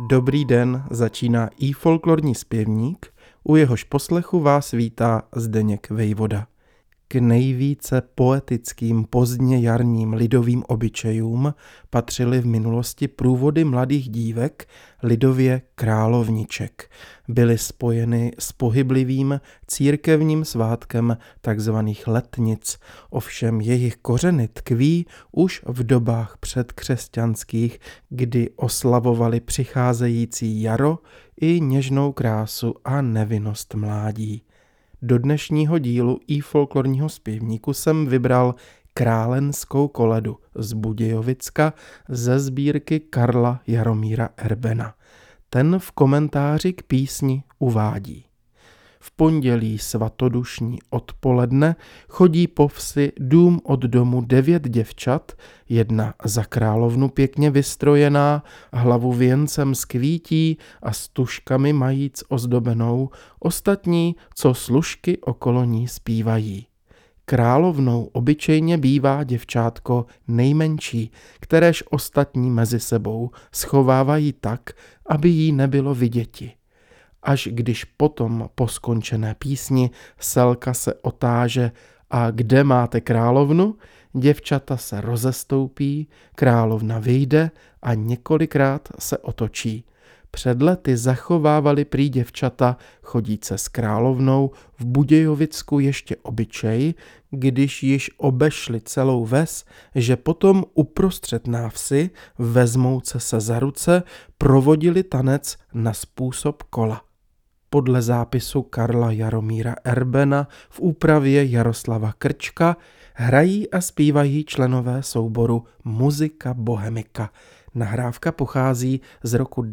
Dobrý den, začíná i folklorní zpěvník, u jehož poslechu vás vítá Zdeněk Vejvoda. K nejvíce poetickým pozdně jarním lidovým obyčejům patřily v minulosti průvody mladých dívek, lidově královniček. Byly spojeny s pohyblivým církevním svátkem takzvaných letnic, ovšem jejich kořeny tkví už v dobách předkřesťanských, kdy oslavovali přicházející jaro i něžnou krásu a nevinnost mládí. Do dnešního dílu i folklorního zpěvníku jsem vybral Králenskou koledu z Budějovicka ze sbírky Karla Jaromíra Erbena. Ten v komentáři k písni uvádí: V pondělí svatodušní odpoledne chodí po vsi dům od domu 9 děvčat, jedna za královnu pěkně vystrojená, hlavu věncem z kvítí a stužkami majíc ozdobenou, ostatní, co služky okolo ní zpívají. Královnou obyčejně bývá děvčátko nejmenší, kteréž ostatní mezi sebou schovávají tak, aby jí nebylo viděti. Až když potom po skončené písni selka se otáže: a kde máte královnu? Děvčata se rozestoupí, královna vyjde a několikrát se otočí. Před lety zachovávali prý děvčata chodíce s královnou v Budějovicku ještě obyčej, když již obešli celou ves, že potom uprostřed návsi, vezmouce se za ruce, provodili tanec na způsob kola. Podle zápisu Karla Jaromíra Erbena v úpravě Jaroslava Krčka hrají a zpívají členové souboru Muzika Bohemika. Nahrávka pochází z roku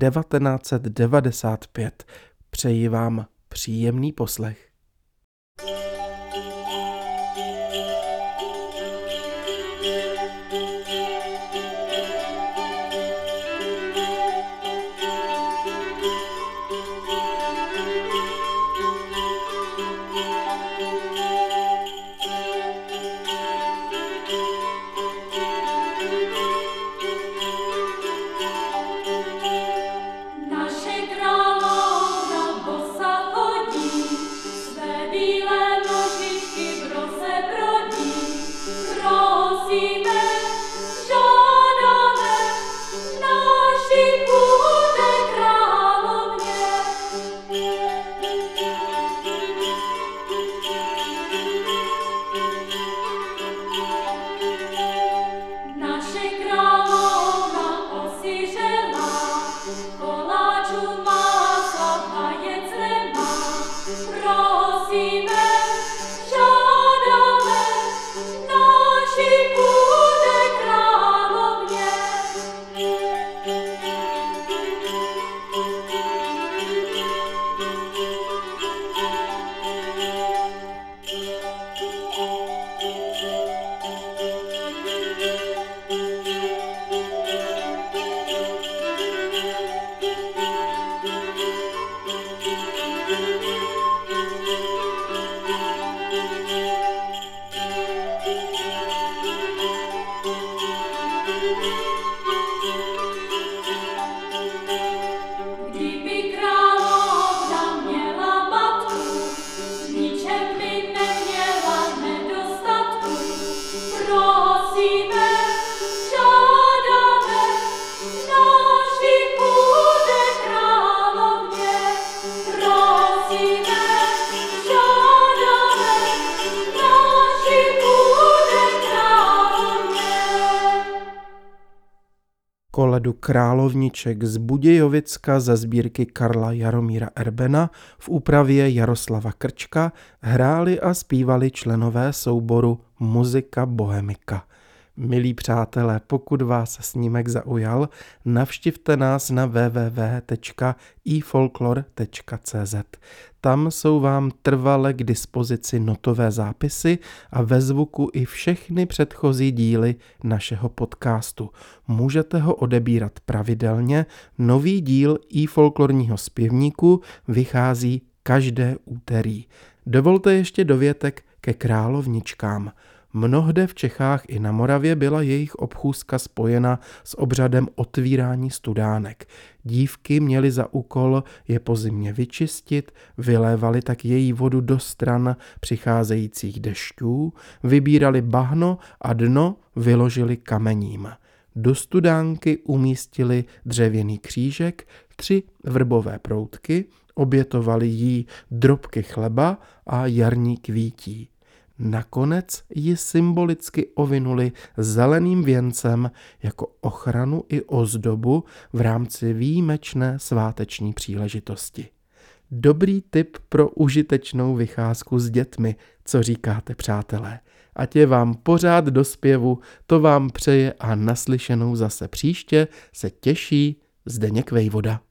1995. Přeji vám příjemný poslech. Koledu královniček z Budějovicka ze sbírky Karla Jaromíra Erbena v úpravě Jaroslava Krčka hráli a zpívali členové souboru Muzika Bohemika. Milí přátelé, pokud vás snímek zaujal, navštivte nás na www.ifolklor.cz. Tam jsou vám trvale k dispozici notové zápisy a ve zvuku i všechny předchozí díly našeho podcastu. Můžete ho odebírat pravidelně, nový díl ifolklorního zpěvníku vychází každé úterý. Dovolte ještě dovětek ke královničkám. Mnohde v Čechách i na Moravě byla jejich obchůzka spojena s obřadem otvírání studánek. Dívky měly za úkol je po zimě vyčistit, vylévali tak její vodu do stran přicházejících dešťů, vybírali bahno a dno vyložili kamením. Do studánky umístili dřevěný křížek, 3 vrbové proutky, obětovali jí drobky chleba a jarní kvítí. Nakonec ji symbolicky ovinuli zeleným věncem jako ochranu i ozdobu v rámci výjimečné sváteční příležitosti. Dobrý tip pro užitečnou vycházku s dětmi, co říkáte, přátelé? Ať je vám pořád do zpěvu, to vám přeje a naslyšenou zase příště se těší Zdeněk Vejvoda.